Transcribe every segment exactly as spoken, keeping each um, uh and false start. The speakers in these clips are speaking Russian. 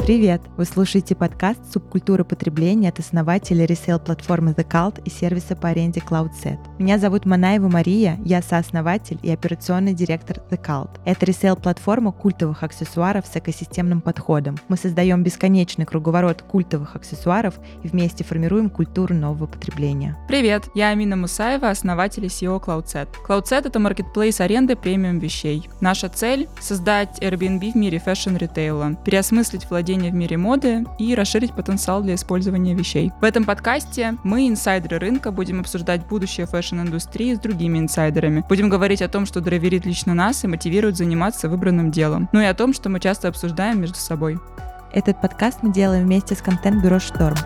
Привет! Вы слушаете подкаст «Субкультура потребления» от основателя ресейл-платформы The Cult и сервиса по аренде CloudSet. Меня зовут Манаева Мария, я сооснователь и операционный директор The Cult. Это ресейл-платформа культовых аксессуаров с экосистемным подходом. Мы создаем бесконечный круговорот культовых аксессуаров и вместе формируем культуру нового потребления. Привет! Я Амина Мусаева, основатель и си и о CloudSet. CloudSet — это маркетплейс аренды премиум вещей. Наша цель — создать Airbnb в мире фэшн-ритейла, переосмыслить владение в мире моды и расширить потенциал для использования вещей. В этом подкасте мы, инсайдеры рынка, будем обсуждать будущее фэшн-индустрии с другими инсайдерами. Будем говорить о том, что драйверит лично нас и мотивирует заниматься выбранным делом. Ну и о том, что мы часто обсуждаем между собой. Этот подкаст мы делаем вместе с контент-бюро «Шторм».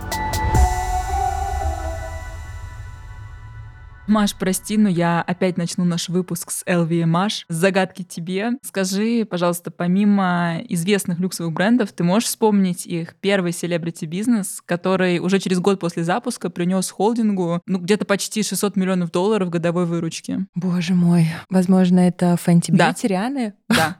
Маш, прости, но я опять начну наш выпуск с эл ви эм эйч. Загадки тебе. Скажи, пожалуйста, помимо известных люксовых брендов, ты можешь вспомнить их первый селебрити-бизнес, который уже через год после запуска принес холдингу ну, где-то почти шестьсот миллионов долларов годовой выручки? Боже мой, возможно, это Fenty Beauty, Да. Рианы? Да.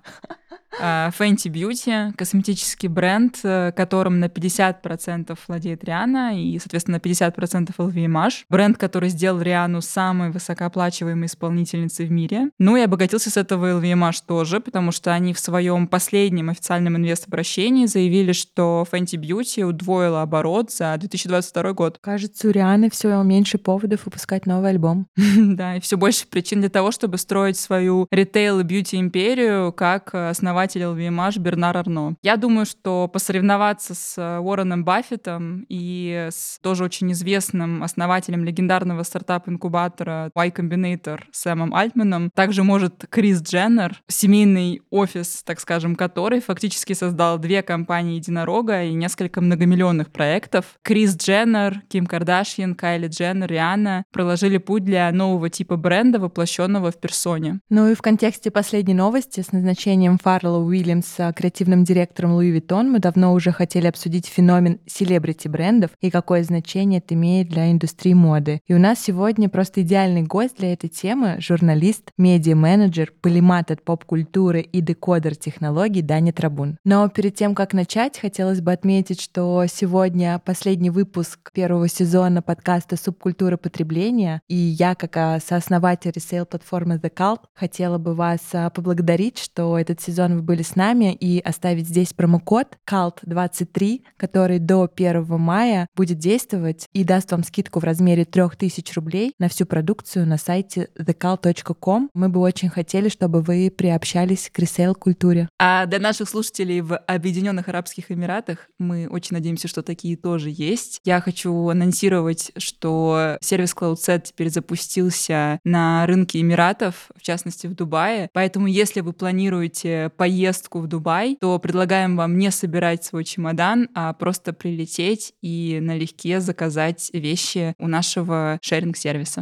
Fenty Beauty — косметический бренд, которым на пятьдесят процентов владеет Риhanna и, соответственно, на пятьдесят процентов эл ви эм эйч. Бренд, который сделал Риану самой высокооплачиваемой исполнительницей в мире. Ну и обогатился с этого эл ви эм эйч тоже, потому что они в своем последнем официальном инвест-обращении заявили, что Fenty Beauty удвоила оборот за две тысячи двадцать второй год. Кажется, у Рианы все меньше поводов выпускать новый альбом. Да, и все больше причин для того, чтобы строить свою ритейл- и бьюти-империю, как основатель эл ви эм эйч Бернар Арно. Я думаю, что посоревноваться с Уорреном Баффетом и с тоже очень известным основателем легендарного стартап-инкубатора Y Combinator Сэмом Альтманом также может Крис Дженнер, семейный офис, так скажем, который фактически создал две компании-единорога и несколько многомиллионных проектов. Крис Дженнер, Ким Кардашьян, Кайли Дженнер, Риhanna проложили путь для нового типа бренда, воплощенного в персоне. Ну и в контексте последней новости с назначением Фаррелла Уильямса креативным директором Луи Виттон мы давно уже хотели обсудить феномен селебрити-брендов и какое значение это имеет для индустрии моды. И у нас сегодня просто идеальный гость для этой темы — журналист, медиа-менеджер, полимат от поп-культуры и декодер технологий Даня Трабун. Но перед тем, как начать, хотелось бы отметить, что сегодня последний выпуск первого сезона подкаста «Субкультура потребления», и я, как сооснователь ресейл-платформы The Cult, хотела бы вас поблагодарить, что этот сезон вы были с нами, и оставить здесь промокод калт двадцать три, который до первого мая будет действовать и даст вам скидку в размере трех тысяч рублей на всю продукцию на сайте the cult точка com. Мы бы очень хотели, чтобы вы приобщались к ресейл-культуре. А для наших слушателей в Объединенных Арабских Эмиратах, мы очень надеемся, что такие тоже есть. Я хочу анонсировать, что сервис CloudSet теперь запустился на рынке Эмиратов, в частности в Дубае. Поэтому, если вы планируете поездку в Дубай, то предлагаем вам не собирать свой чемодан, а просто прилететь и налегке заказать вещи у нашего шеринг-сервиса.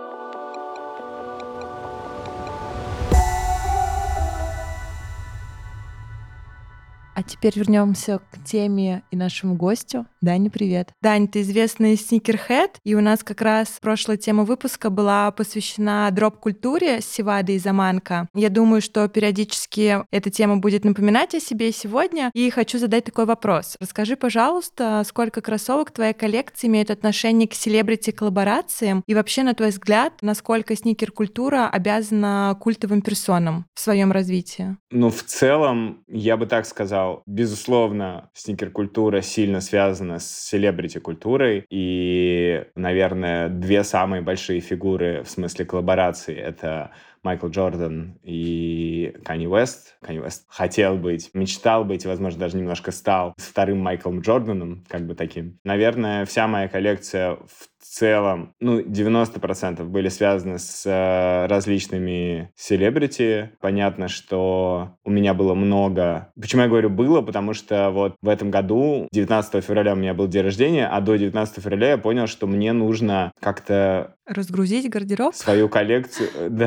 А теперь вернемся к теме и нашему гостю. Даня, привет. Дань, ты известный сникерхед, и у нас как раз прошлая тема выпуска была посвящена дроп-культуре с Севадой и Заманка. Я думаю, что периодически эта тема будет напоминать о себе сегодня, и хочу задать такой вопрос. Расскажи, пожалуйста, сколько кроссовок твоей коллекции имеют отношение к селебрити-коллаборациям, и вообще, на твой взгляд, насколько сникер-культура обязана культовым персонам в своем развитии? Ну, в целом, я бы так сказал, безусловно, сникер-культура сильно связана с селебрити-культурой, и, наверное, две самые большие фигуры в смысле коллаборации — это Майкл Джордан и Канье Уэст. Канье Уэст хотел быть, мечтал быть, возможно, даже немножко стал вторым Майклом Джорданом, как бы таким. Наверное, вся моя коллекция в целом, ну, девяносто процентов были связаны с э, различными селебрити. Понятно, что у меня было много... Почему я говорю «было»? Потому что вот в этом году, девятнадцатого февраля у меня был день рождения, а до девятнадцатого февраля я понял, что мне нужно как-то Разгрузить гардероб? свою коллекцию, да, да,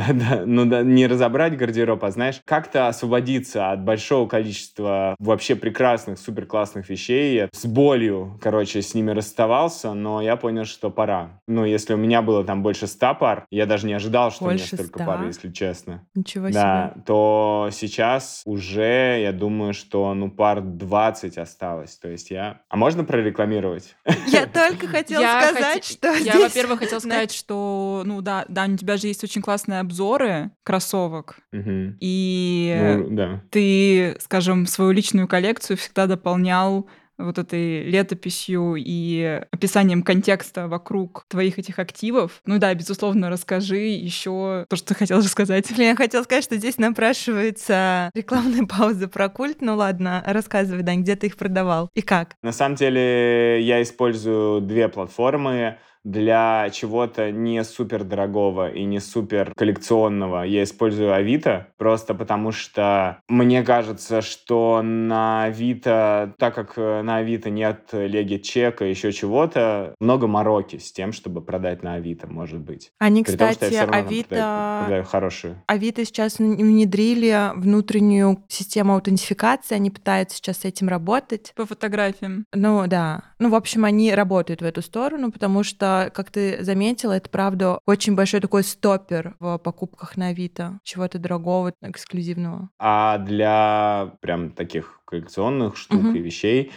ну да, не разобрать гардероб, а, знаешь, как-то освободиться от большого количества вообще прекрасных, супер классных вещей. Я с болью, короче, с ними расставался, но я понял, что пора. Ну, если у меня было там больше ста пар, я даже не ожидал, что у меня Больше столько ста? пар, если честно. Ничего Да, себе. то сейчас уже, я думаю, что, ну, пар двадцать осталось. То есть я... А можно прорекламировать? Я только хотела Я, сказать, хоте- что я, здесь... во-первых, хотела сказать, что, ну да, Дань, у тебя же есть очень классные обзоры кроссовок, Мгм. и Ну, да. ты, скажем, свою личную коллекцию всегда дополнял вот этой летописью и описанием контекста вокруг твоих этих активов. Ну да, безусловно, расскажи еще то, что ты хотела же сказать. Блин, я хотела сказать, что здесь напрашивается рекламная пауза про культ. Ну ладно, рассказывай, Дань, где ты их продавал и как? На самом деле я использую две платформы для чего-то не супер дорогого и не супер коллекционного. Я использую Авито просто потому, что мне кажется, что на Авито, так как э, на Авито нет леги чека, еще чего-то, много мороки с тем, чтобы продать на Авито, может быть. Они, При том, что я кстати, все равно там продаю, Авито... продаю хорошую. Авито сейчас н- внедрили внутреннюю систему аутентификации, они пытаются сейчас с этим работать. По фотографиям. Ну да. Ну, в общем, они работают в эту сторону, потому что, как ты заметила, это, правда, очень большой такой стоппер в покупках на Авито. Чего-то дорогого, эксклюзивного. А для прям таких коллекционных штук Мгм. и вещей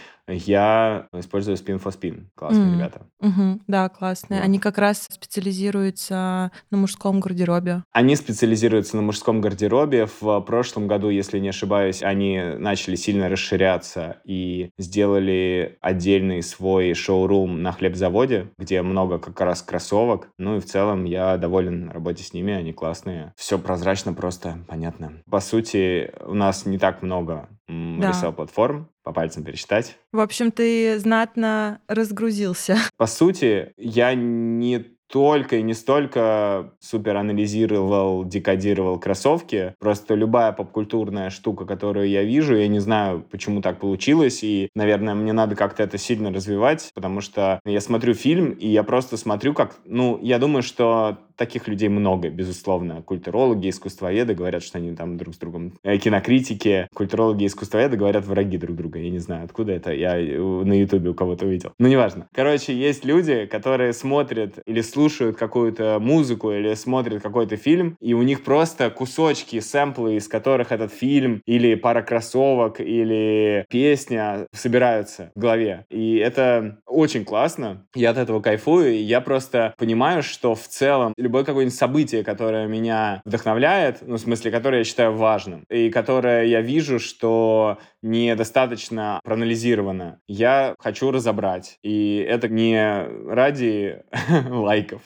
я использую Spin for Spin. Классные М. ребята. Мгм. Да, классные. Вот. Они как раз специализируются на мужском гардеробе. Они специализируются на мужском гардеробе. В прошлом году, если не ошибаюсь, они начали сильно расширяться и сделали отдельный свой шоурум на хлебзаводе, где много как раз кроссовок. Ну и в целом я доволен работе с ними, они классные. Все прозрачно, просто, понятно. По сути, у нас не так много м, Да. ресел-платформ, по пальцам пересчитать. В общем, ты знатно разгрузился. По сути, я не только и не столько супер анализировал, декодировал кроссовки. Просто любая попкультурная штука, которую я вижу, я не знаю, почему так получилось, и, наверное, мне надо как-то это сильно развивать, потому что я смотрю фильм, и я просто смотрю, как... Ну, я думаю, что таких людей много, безусловно. Культурологи, искусствоведы говорят, что они там друг с другом... э, Кинокритики, культурологи и искусствоведы говорят враги друг друга. Я не знаю, откуда это. Я э, на Ютубе у кого-то увидел. Ну, неважно. Короче, есть люди, которые смотрят или слушают какую-то музыку, или смотрят какой-то фильм, и у них просто кусочки, сэмплы, из которых этот фильм, или пара кроссовок, или песня собираются в голове. И это очень классно. Я от этого кайфую, и я просто понимаю, что в целом любое какое-нибудь событие, которое меня вдохновляет, ну, в смысле, которое я считаю важным, и которое я вижу, что недостаточно проанализировано, я хочу разобрать. И это не ради лайков,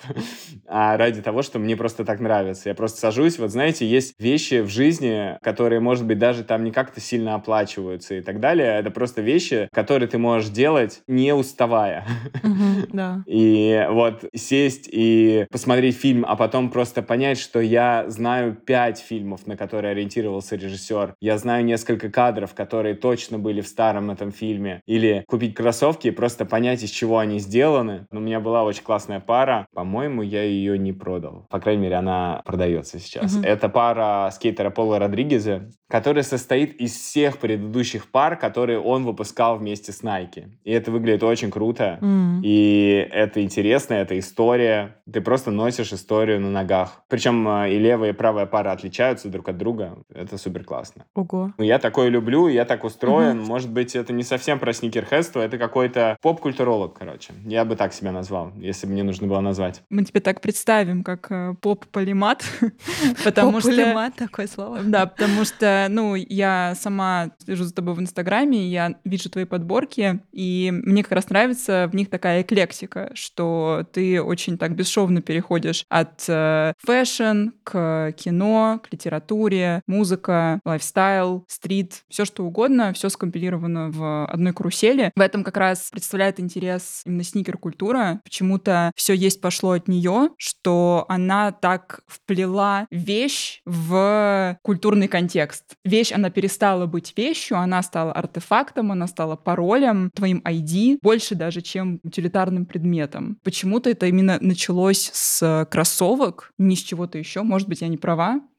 а ради того, что мне просто так нравится. Я просто сажусь, вот знаете, есть вещи в жизни, которые, может быть, даже там не как-то сильно оплачиваются и так далее. Это просто вещи, которые ты можешь делать, не уставая. Мгм, да. И вот сесть и посмотреть фильм, а потом просто понять, что я знаю пять фильмов, на которые ориентировался режиссер. Я знаю несколько кадров, которые точно были в старом этом фильме. Или купить кроссовки и просто понять, из чего они сделаны. У меня была очень классная пара. По-моему, я ее не продал. По крайней мере, она продается сейчас. Мгм. Это пара скейтера Пола Родригеза, которая состоит из всех предыдущих пар, которые он выпускал вместе с Nike. И это выглядит очень круто. М. И это интересно, это история. Ты просто носишь историю на ногах. Причем э, и левая, и правая пара отличаются друг от друга. Это супер классно. Ого. Ну, я такое люблю, я так устроен. Мгм. Может быть, это не совсем про сникерхедство, это какой-то поп-культуролог, короче. Я бы так себя назвал, если бы мне нужно было назвать. Мы тебя так представим, как э, поп-полимат, потому что... Поп-полимат, такое слово. Да, потому что, ну, я сама слежу за тобой в Инстаграме, я вижу твои подборки, и мне как раз нравится в них такая эклектика, что ты очень так бесшовно переходишь от э, фэшн к кино, к литературе, музыка, лайфстайл, стрит, все что угодно, все скомпилировано в одной карусели. В этом как раз представляет интерес именно сникер-культура. Почему-то все есть пошло от нее, что она так вплела вещь в культурный контекст. Вещь, она перестала быть вещью, она стала артефактом, она стала паролем, твоим ай ди, больше даже, чем утилитарным предметом. Почему-то это именно началось с кроссовок, не с чего-то еще. Может быть, я не права,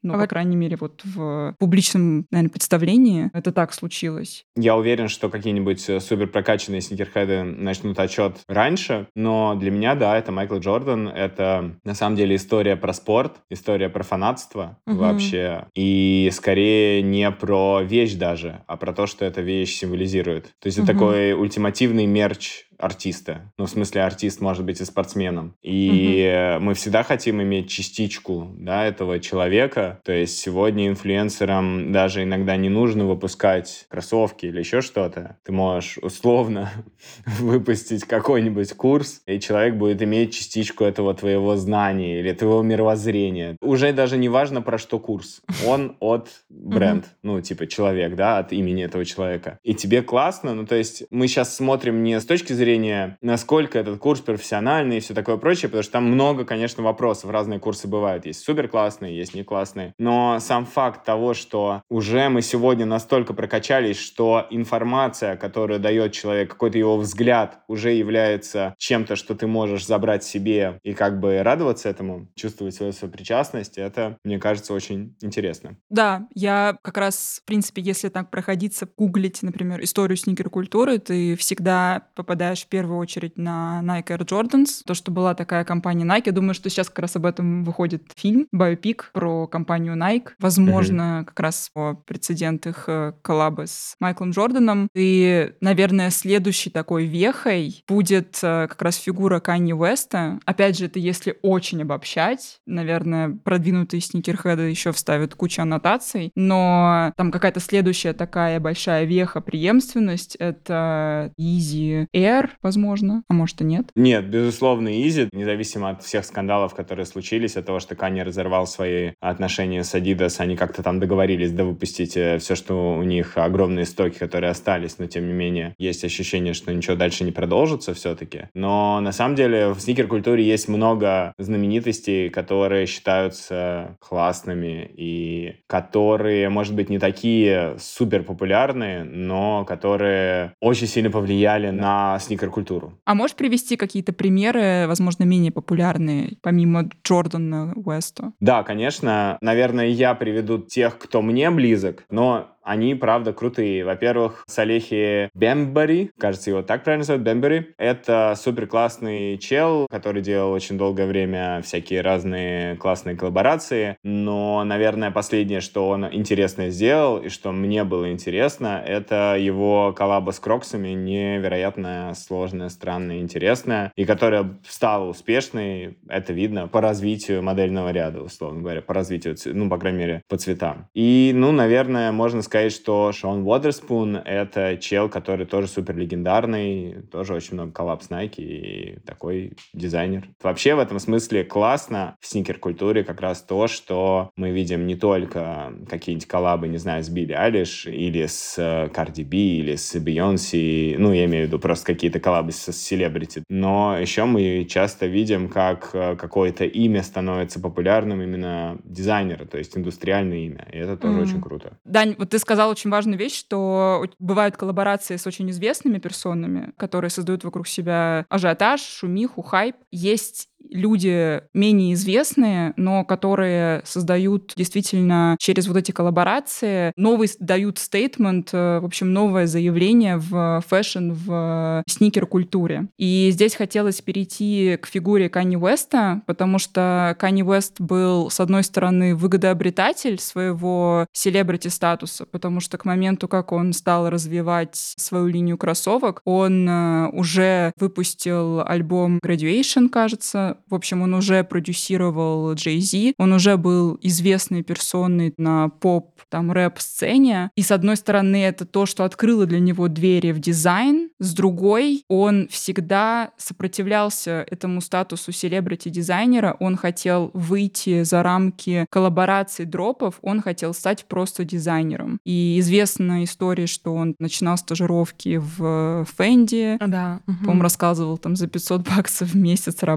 но, А по вот- крайней мере, вот в публичном, наверное, представлении это так случилось. Я уверен, что какие-нибудь э, супер прокачанные сникерхеды начнут отчет раньше, но для меня, да, это Майкл Джордан, это на самом деле история про спорт, история про фанатство Мгм. вообще, и скорее не про вещь даже, а про то, что эта вещь символизирует. То есть это Мгм. такой ультимативный мерч артиста. Ну, в смысле, артист может быть и спортсменом. И э, мы всегда хотим иметь частичку, да, этого человека. То есть сегодня инфлюенсерам даже иногда не нужно выпускать кроссовки или еще что-то. Ты можешь условно выпустить какой-нибудь курс, и человек будет иметь частичку этого твоего знания или твоего мировоззрения. Уже даже не важно, про что курс. Он от бренд. Ну, типа человек, да, от имени этого человека. И тебе классно. Ну, то есть мы сейчас смотрим не с точки зрения, насколько этот курс профессиональный и все такое прочее, потому что там много, конечно, вопросов. Разные курсы бывают. Есть супер классные, есть не классные. Но сам факт того, что уже мы сегодня настолько прокачались, что информация, которую дает человек, какой-то его взгляд, уже является чем-то, что ты можешь забрать себе и как бы радоваться этому, чувствовать свою сопричастность, это, мне кажется, очень интересно. Да, я как раз, в принципе, если так проходиться, гуглить, например, историю сникер-культуры, ты всегда попадаешь в первую очередь на Nike Air Jordans. То, что была такая компания Nike. Думаю, что сейчас как раз об этом выходит фильм, биопик про компанию Nike. Возможно, как раз по прецедент их э, коллаба с Майклом Джорданом. И, наверное, следующей такой вехой будет э, как раз фигура Канье Уэста. Опять же, это если очень обобщать. Наверное, продвинутые сникерхеды еще вставят кучу аннотаций. Но там какая-то следующая такая большая веха, преемственность — это Yeezy Air, возможно, а может и нет. Нет, безусловно, Изи, независимо от всех скандалов, которые случились, от того, что Канье разорвал свои отношения с Adidas, они как-то там договорились, да, выпустить все, что у них огромные стоки, которые остались, но тем не менее есть ощущение, что ничего дальше не продолжится все-таки. Но на самом деле в сникер-культуре есть много знаменитостей, которые считаются классными и которые, может быть, не такие супер популярные, но которые очень сильно повлияли на сникер-культуру. А можешь привести какие-то примеры, возможно, менее популярные, помимо Джордана Уэста? Да, конечно. Наверное, я приведу тех, кто мне близок, но они, правда, крутые. Во-первых, Салехи Бембари, кажется, его так правильно зовут, Бембари. Это супер классный чел, который делал очень долгое время всякие разные классные коллаборации. Но, наверное, последнее, что он интересное сделал, и что мне было интересно, это его коллаба с Кроксами, невероятно сложная, странная, интересная, и которая стала успешной, это видно по развитию модельного ряда, условно говоря, по развитию, ну, по крайней мере, по цветам. И, ну, наверное, можно сказать, что Шон Уотерспун — это чел, который тоже супер легендарный, тоже очень много коллаб с Nike и такой дизайнер. Вообще в этом смысле классно в сникер-культуре как раз то, что мы видим не только какие-нибудь коллабы, не знаю, с Билли Айлиш или с Cardi B или с Бейонсе, ну, я имею в виду просто какие-то коллабы с селебрити, но еще мы часто видим, как какое-то имя становится популярным именно дизайнера, то есть индустриальное имя, и это тоже Mm. очень круто. Дань, вот ты сказал очень важную вещь, что бывают коллаборации с очень известными персонами, которые создают вокруг себя ажиотаж, шумиху, хайп. Есть люди менее известные, но которые создают действительно через вот эти коллаборации новый, дают стейтмент, в общем, новое заявление в фэшн, в сникер-культуре. И здесь хотелось перейти к фигуре Канье Уэста, потому что Канье Уэст был, с одной стороны, выгодообретатель своего селебрити-статуса, потому что к моменту, как он стал развивать свою линию кроссовок, он уже выпустил альбом Graduation, кажется. В общем, он уже продюсировал Jay-Z, он уже был известной персоной на поп, там, рэп-сцене. И, с одной стороны, это то, что открыло для него двери в дизайн. С другой, он всегда сопротивлялся этому статусу селебрити-дизайнера. Он хотел выйти за рамки коллабораций, дропов. Он хотел стать просто дизайнером. И известна история, что он начинал стажировки в Fendi. Да. По-моему, рассказывал, там за пятьсот баксов в месяц работал.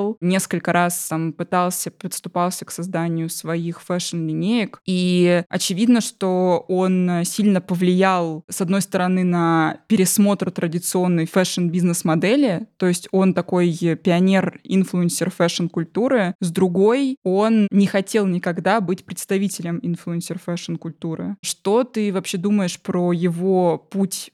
делал. Несколько раз там пытался, подступался к созданию своих фэшн-линеек. И очевидно, что он сильно повлиял, с одной стороны, на пересмотр традиционной фэшн-бизнес-модели. То есть он такой пионер, инфлюенсер фэшн-культуры. С другой, он не хотел никогда быть представителем инфлюенсер фэшн-культуры. Что ты вообще думаешь про его путь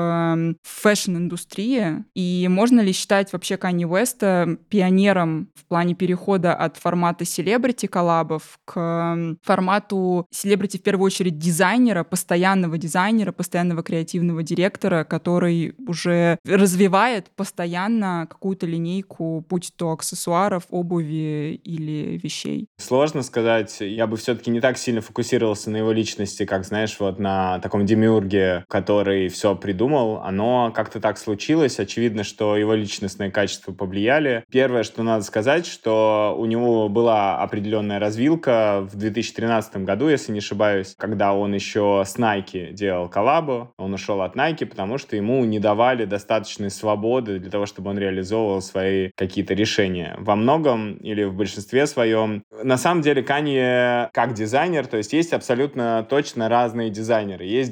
в фэшн-индустрии? И можно ли считать вообще Канье Уэста пионером в плане перехода от формата селебрити-коллабов к формату селебрити, в первую очередь, дизайнера, постоянного дизайнера, постоянного креативного директора, который уже развивает постоянно какую-то линейку, будь то аксессуаров, обуви или вещей? Сложно сказать. Я бы все-таки не так сильно фокусировался на его личности, как, знаешь, вот на таком демиурге, который все придумал. Оно как-то так случилось. Очевидно, что его личностные качества повлияли. Первое, что надо сказать, что у него была определенная развилка в две тысячи тринадцатом году, если не ошибаюсь, когда он еще с Nike делал коллабу. Он ушел от Nike, потому что ему не давали достаточной свободы для того, чтобы он реализовывал свои какие-то решения. Во многом или в большинстве своем. На самом деле Канье как дизайнер, то есть есть абсолютно точно разные дизайнеры. Есть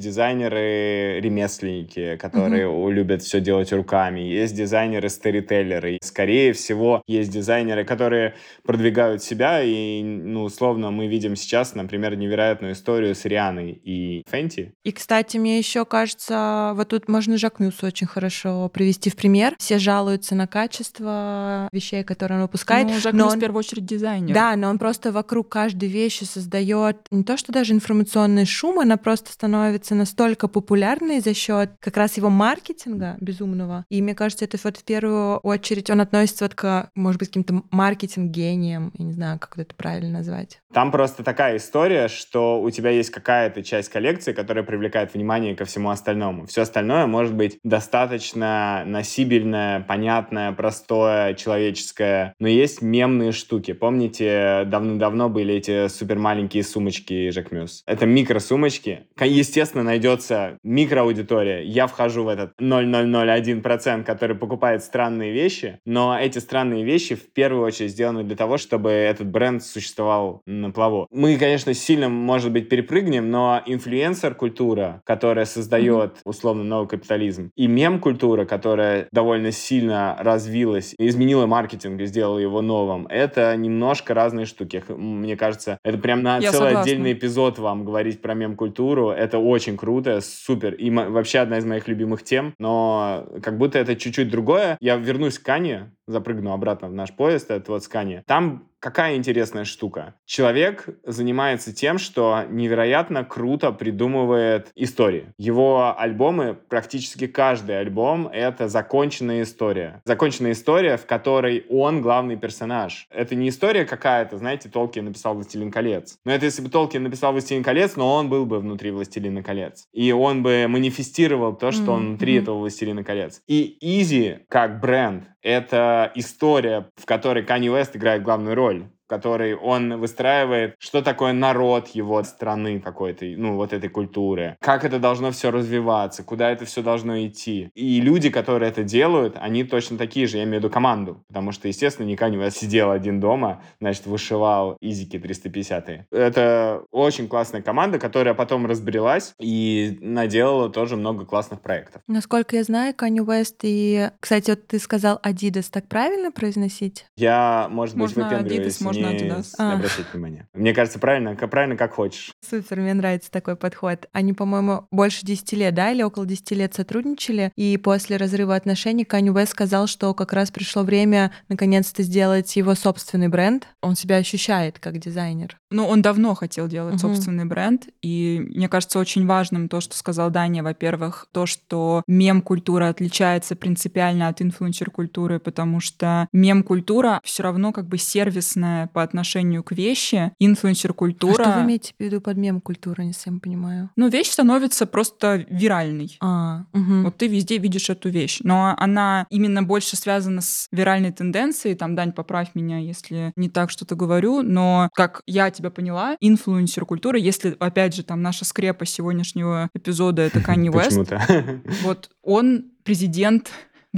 дизайнеры-ремесленники, которые mm-hmm. любят все делать руками. Есть дизайнеры-сторителлеры. Скорее всего, есть дизайнеры, которые продвигают себя. И, ну, условно, мы видим сейчас, например, невероятную историю с Рианой и Фенти. И, кстати, мне еще кажется, вот тут можно Жак Мюс очень хорошо привести в пример. Все жалуются на качество вещей, которые он выпускает. Ну, Жак но Мюс он... в первую очередь дизайнер. Да, но он просто вокруг каждой вещи создает не то, что даже информационный шум, она просто становится настолько популярной за счет как раз его маркетинга безумного. И мне кажется, это вот в первую очередь он относится вот к, может быть, каким-то маркетинг-гениям, я не знаю, как это правильно назвать. Там просто такая история, что у тебя есть какая-то часть коллекции, которая привлекает внимание ко всему остальному. Все остальное может быть достаточно носибельное, понятное, простое, человеческое, но есть мемные штуки. Помните, давно-давно были эти супер маленькие сумочки Жак Мюс? Это микросумочки. Естественно, найдется микроаудитория. Я вхожу в этот ноль целых ноль ноль один процент, который покупает странные вещи, но эти странные вещи в первую очередь сделаны для того, чтобы этот бренд существовал на плаву. Мы, конечно, сильно, может быть, перепрыгнем, но инфлюенсер-культура, которая создает, условно, новый капитализм, и мем-культура, которая довольно сильно развилась, изменила маркетинг и сделала его новым, это немножко разные штуки. Мне кажется, это прям на Я целый согласна. отдельный эпизод вам говорить про мем-культуру. Это очень круто, супер. И м- вообще одна из моих любимых тем, но как будто это чуть-чуть другое. Я вернусь к Канье, запрыгну обратно в наш поезд, это вот с Канье. Там какая интересная штука. Человек занимается тем, что невероятно круто придумывает истории. Его альбомы, практически каждый альбом, это законченная история. Законченная история, в которой он главный персонаж. Это не история какая-то, знаете, Толкин написал «Властелин колец». Но это если бы Толкин написал «Властелин колец», но он был бы внутри «Властелина колец». И он бы манифестировал то, что mm-hmm. он внутри этого «Властелина колец». И Изи, как бренд, это история, в которой Канье Уэст играет главную роль, в которой он выстраивает, что такое народ его страны какой-то, ну, вот этой культуры, как это должно все развиваться, куда это все должно идти. И люди, которые это делают, они точно такие же, я имею в виду команду, потому что, естественно, не Канье Уэст сидел один дома, значит, вышивал изики триста пятидесятые. Это очень классная команда, которая потом разбрелась и наделала тоже много классных проектов. Насколько я знаю, Канье Уэст и... Кстати, вот ты сказал Adidas, так правильно произносить? Я, может быть, можно выпендриваюсь, Adidas, можно не Adidas. А. обращать внимание. Мне кажется, правильно, как, правильно, как хочешь. Супер, мне нравится такой подход. Они, по-моему, больше десяти лет, да, или около десяти лет сотрудничали, и после разрыва отношений Канье Уэст сказал, что как раз пришло время наконец-то сделать его собственный бренд. Он себя ощущает как дизайнер. Ну, он давно хотел делать угу. собственный бренд, и мне кажется очень важным то, что сказал Даня, во-первых, то, что мем-культура отличается принципиально от инфлюенсер-культуры, потому что мем-культура все равно как бы сервисная по отношению к вещи, инфлюенсер-культура... А что вы имеете в виду под мем-культурой, не совсем понимаю? Ну, вещь становится просто виральной. А, угу. Вот ты везде видишь эту вещь, но она именно больше связана с виральной тенденцией, там, Дань, поправь меня, если не так что-то говорю, но, как я тебя поняла, инфлюенсер-культура, если, опять же, там, наша скрепа сегодняшнего эпизода — это Канье Уэст, Почему-то. вот он президент, да,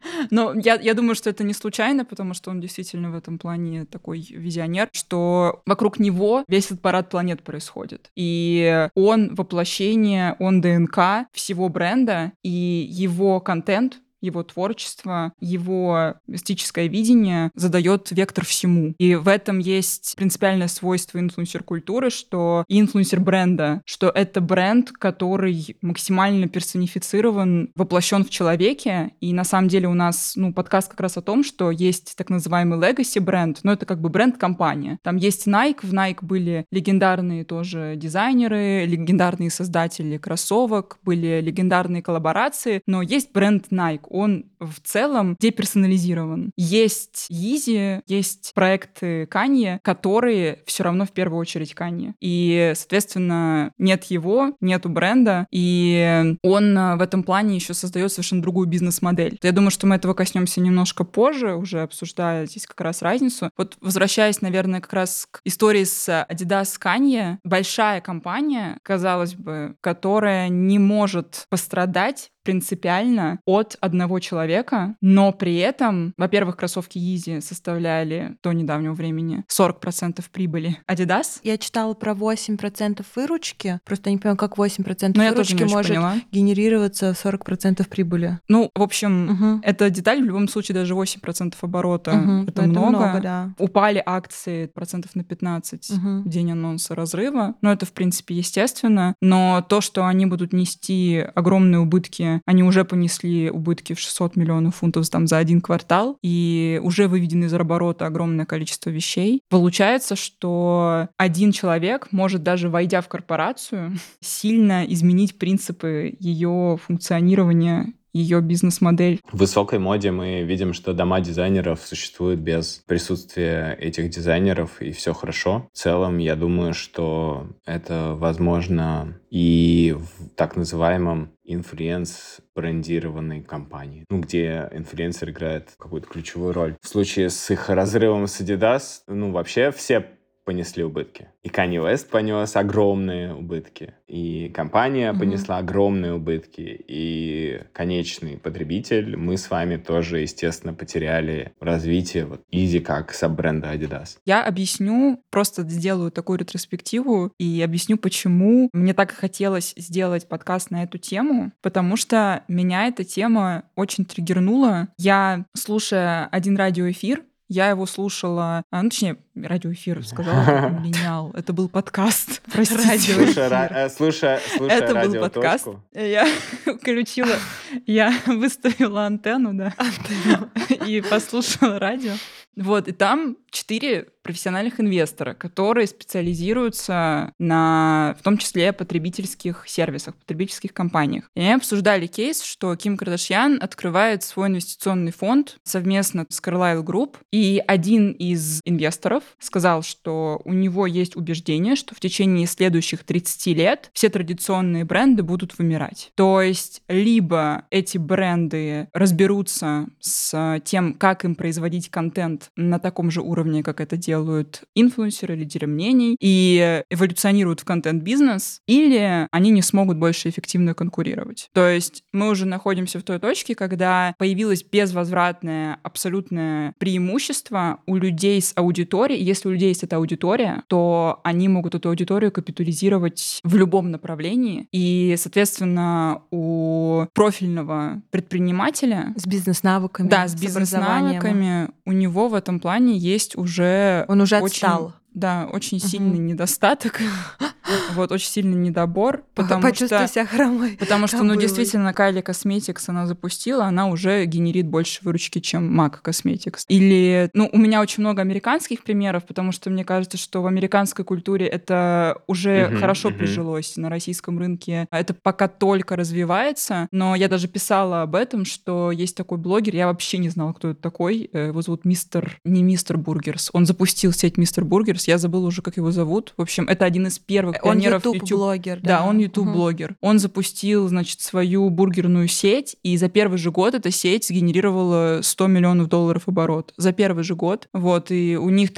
Но я, я думаю, что это не случайно, потому что он действительно в этом плане такой визионер, что вокруг него весь этот парад планет происходит. И он воплощение, он ДНК всего бренда, и его контент, его творчество, его эстетическое видение задает вектор всему. И в этом есть принципиальное свойство инфлюенсер-культуры, что инфлюенсер бренда, что это бренд, который максимально персонифицирован, воплощен в человеке. И на самом деле у нас ну, подкаст как раз о том, что есть так называемый legacy бренд, но это как бы бренд-компания. Там есть Nike, в Nike были легендарные тоже дизайнеры, легендарные создатели кроссовок, были легендарные коллаборации, но есть бренд Nike. Он в целом деперсонализирован. Есть Yeezy, есть проекты Kanye, которые все равно в первую очередь Kanye. И, соответственно, нет его, нету бренда, и он в этом плане еще создает совершенно другую бизнес-модель. Я думаю, что мы этого коснемся немножко позже, уже обсуждая здесь как раз разницу. Вот возвращаясь, наверное, как раз к истории с Adidas Kanye, большая компания, казалось бы, которая не может пострадать принципиально от одного человека, но при этом, во-первых, кроссовки Yeezy составляли до недавнего времени сорок процентов прибыли Adidas. Я читала про восемь процентов выручки, просто не понимаю, как восемь процентов но выручки я тоже не может поняла. генерироваться сорок процентов прибыли. Ну, в общем, угу. эта деталь в любом случае даже восемь процентов оборота. Угу. Это, это много. много, да. Упали акции процентов на пятнадцать угу. в день анонса разрыва. Ну, это, в принципе, естественно. Но то, что они будут нести огромные убытки, они уже понесли убытки в шестьсот миллионов фунтов там, за один квартал, и уже выведено из оборота огромное количество вещей. Получается, что один человек может, даже войдя в корпорацию, сильно изменить принципы ее функционирования, ее бизнес-модель. В высокой моде мы видим, что дома дизайнеров существуют без присутствия этих дизайнеров, и все хорошо. В целом, я думаю, что это возможно и в так называемом инфлюенс-брендированной компании, ну, где инфлюенсер играет какую-то ключевую роль. В случае с их разрывом с Adidas, ну, вообще все понесли убытки. И Kanye West понес огромные убытки, и компания mm-hmm. понесла огромные убытки, и конечный потребитель, мы с вами тоже, естественно, потеряли в развитии вот Yeezy как саббренда Adidas. Я объясню, просто сделаю такую ретроспективу и объясню, почему мне так и хотелось сделать подкаст на эту тему, потому что меня эта тема очень триггернула. Я, слушая один радиоэфир, я его слушала, ну, точнее, радиоэфир, сказала, как линял. Это был подкаст, простите. Слушай, слушай, слушай Это был подкаст. Я включила, я выставила антенну, да, и послушала радио. Вот, и там четыре профессиональных инвестора, которые специализируются на, в том числе, потребительских сервисах, потребительских компаниях. И они обсуждали кейс, что Ким Кардашьян открывает свой инвестиционный фонд совместно с Carlyle Group, и один из инвесторов сказал, что у него есть убеждение, что в течение следующих тридцати лет все традиционные бренды будут вымирать. То есть либо эти бренды разберутся с тем, как им производить контент на таком же уровне, как это делают инфлюенсеры, лидеры мнений, и эволюционируют в контент-бизнес, или они не смогут больше эффективно конкурировать. То есть мы уже находимся в той точке, когда появилось безвозвратное абсолютное преимущество у людей с аудиторией. Если у людей есть эта аудитория, то они могут эту аудиторию капитализировать в любом направлении, и, соответственно, у профильного предпринимателя с бизнес-навыками, да, с, с бизнес-навыками у него в этом плане есть уже... Он уже очень, отстал. Да, очень uh-huh. сильный недостаток, вот, очень сильный недобор, потому Почувствуй что... себя хромой. Потому что, ну, действительно, Kylie Cosmetics она запустила, она уже генерит больше выручки, чем MAC Cosmetics. Или, ну, у меня очень много американских примеров, потому что мне кажется, что в американской культуре это уже uh-huh, хорошо uh-huh. прижилось, на российском рынке это пока только развивается, но я даже писала об этом, что есть такой блогер, я вообще не знала, кто это такой, его зовут мистер... не мистер Бургерс, он запустил сеть мистер Бургерс, я забыла уже, как его зовут. В общем, это один из первых он пионеров YouTube. Он ютуб-блогер, да. Да, он ютуб-блогер. Угу. Он запустил, значит, свою бургерную сеть, и за первый же год эта сеть сгенерировала сто миллионов долларов оборот. За первый же год. Вот, и у них там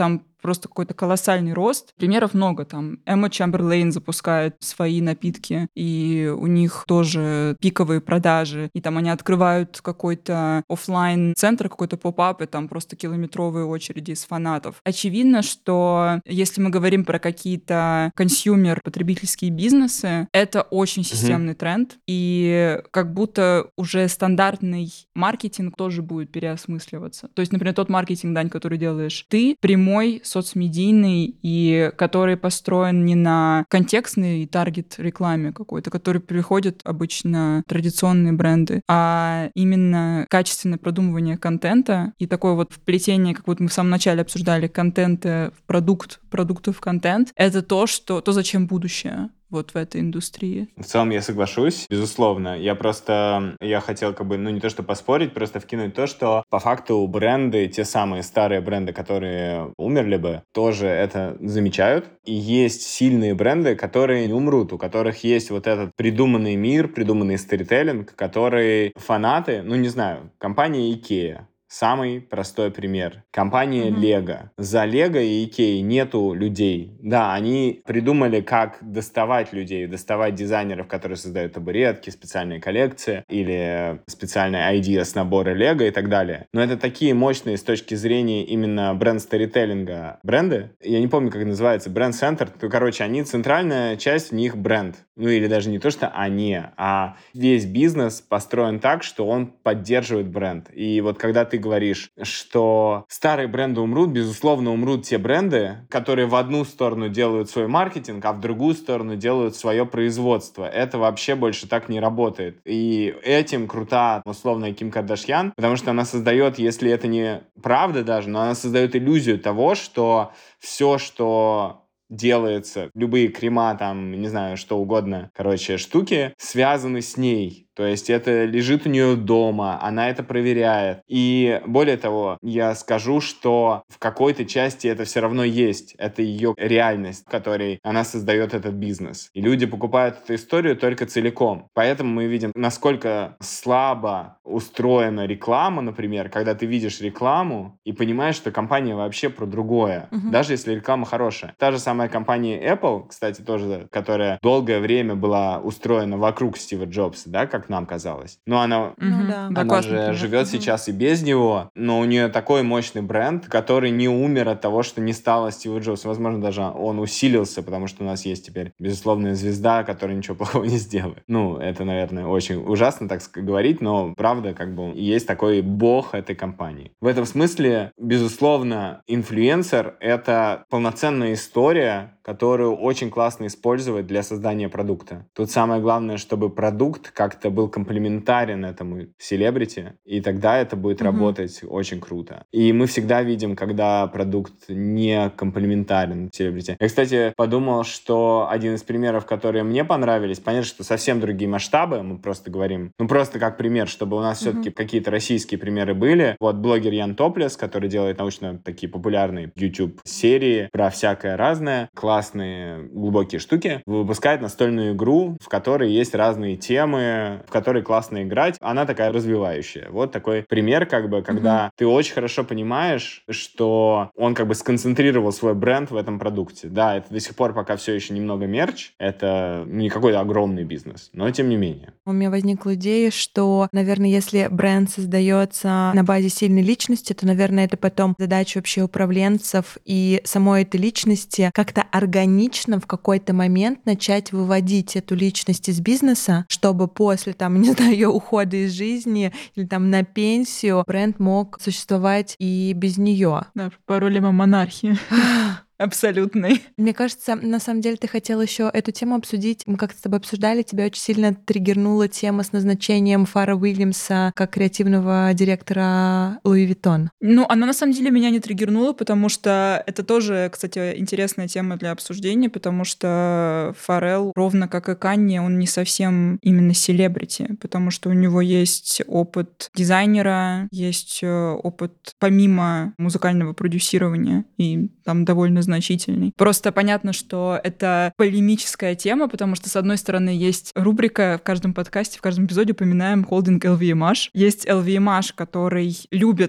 просто какой-то колоссальный рост. Примеров много. Там Эмма Чамберлейн запускает свои напитки, и у них тоже пиковые продажи. И там они открывают какой-то офлайн центр, какой-то поп-ап, и там просто километровые очереди из фанатов. Очевидно, что если мы говорим про какие-то консюмер, потребительские бизнесы, это очень системный mm-hmm. тренд, и как будто уже стандартный маркетинг тоже будет переосмысливаться. То есть, например, тот маркетинг, Дань, который делаешь ты, прямой, соцмедийный, и который построен не на контекстной таргет-рекламе какой-то, который приходит обычно традиционные бренды, а именно качественное продумывание контента и такое вот вплетение, как вот мы в самом начале обсуждали, контента в продукт, продуктов в контент, это то, что, то, зачем будущее вот в этой индустрии. В целом я соглашусь, безусловно. Я просто, я хотел как бы, ну не то что поспорить, просто вкинуть то, что по факту бренды, те самые старые бренды, которые умерли бы, тоже это замечают. И есть сильные бренды, которые не умрут, у которых есть вот этот придуманный мир, придуманный сторителлинг, который фанаты, ну не знаю, компания IKEA. Самый простой пример. Компания mm-hmm. Lego. За Lego и Ikea нету людей. Да, они придумали, как доставать людей, доставать дизайнеров, которые создают табуретки, специальные коллекции или специальные идеи с набора Lego и так далее. Но это такие мощные с точки зрения именно бренд-сторителлинга бренды. Я не помню, как называется, бренд-центр. То, короче, они, центральная часть в них бренд. Ну или даже не то, что они, а весь бизнес построен так, что он поддерживает бренд. И вот когда ты говоришь, что старые бренды умрут, безусловно, умрут те бренды, которые в одну сторону делают свой маркетинг, а в другую сторону делают свое производство. Это вообще больше так не работает. И этим крута, условно, Ким Кардашьян, потому что она создает, если это не правда даже, но она создает иллюзию того, что все, что делается, любые крема, там, не знаю, что угодно, короче, штуки, связаны с ней. То есть это лежит у нее дома, она это проверяет. И более того, я скажу, что в какой-то части это все равно есть. Это ее реальность, в которой она создает этот бизнес. И люди покупают эту историю только целиком. Поэтому мы видим, насколько слабо устроена реклама, например, когда ты видишь рекламу и понимаешь, что компания вообще про другое. Uh-huh. Даже если реклама хорошая. Та же самая компания Apple, кстати, тоже, которая долгое время была устроена вокруг Стива Джобса, да, как нам казалось. Но она, ну, да. она да, же живет угу. сейчас и без него, но у нее такой мощный бренд, который не умер от того, что не стало Стива Джобса. Возможно, даже он усилился, потому что у нас есть теперь безусловная звезда, которая ничего плохого не сделает. Ну, это, наверное, очень ужасно так говорить, но правда, как бы, есть такой бог этой компании. В этом смысле, безусловно, инфлюенсер — это полноценная история, которую очень классно использовать для создания продукта. Тут самое главное, чтобы продукт как-то был комплементарен этому селебрити, и тогда это будет mm-hmm. работать очень круто. И мы всегда видим, когда продукт не комплементарен селебрити. Я, кстати, подумал, что один из примеров, которые мне понравились, понятно, что совсем другие масштабы, мы просто говорим, ну просто как пример, чтобы у нас mm-hmm. все-таки какие-то российские примеры были. Вот блогер Ян Топлес, который делает научно такие популярные YouTube-серии про всякое разное, классные, глубокие штуки, выпускает настольную игру, в которой есть разные темы, в которой классно играть. Она такая развивающая. Вот такой пример, как бы, когда mm-hmm. ты очень хорошо понимаешь, что он как бы сконцентрировал свой бренд в этом продукте. Да, это до сих пор пока все еще немного мерч, это не какой-то огромный бизнес, но тем не менее. У меня возникла идея, что, наверное, если бренд создается на базе сильной личности, то, наверное, это потом задача вообще управленцев и самой этой личности как-то органично в какой-то момент начать выводить эту личность из бизнеса, чтобы после, там, не знаю, ее ухода из жизни или там на пенсию бренд мог существовать и без нее. Да, паролема монархии. Абсолютный. Мне кажется, на самом деле ты хотел еще эту тему обсудить. Мы как-то с тобой обсуждали, тебя очень сильно триггернула тема с назначением Фара Уильямса как креативного директора Луи Виттон. Ну, она на самом деле меня не триггернула, потому что это тоже, кстати, интересная тема для обсуждения, потому что Фаррелл, ровно как и Канье, он не совсем именно селебрити, потому что у него есть опыт дизайнера, есть опыт помимо музыкального продюсирования, и там довольно значительный. Просто понятно, что это полемическая тема, потому что, с одной стороны, есть рубрика в каждом подкасте, в каждом эпизоде упоминаем холдинг эл ви эм эйч. Есть эл ви эм эйч, который любит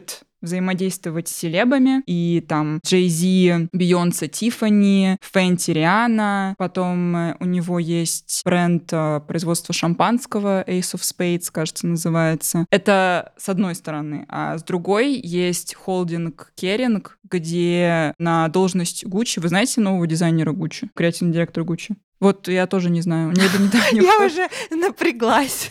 взаимодействовать с селебами, и там Jay-Z, Бейонсе, Тиффани, Фенти, Риhanna, потом э, у него есть бренд э, производства шампанского, Ace of Spades, кажется, называется. Это с одной стороны. А с другой есть холдинг Kering, где на должность Gucci, вы знаете нового дизайнера Gucci, креативный директор Gucci? Вот я тоже не знаю. У него до недавнего Я пор- уже напряглась.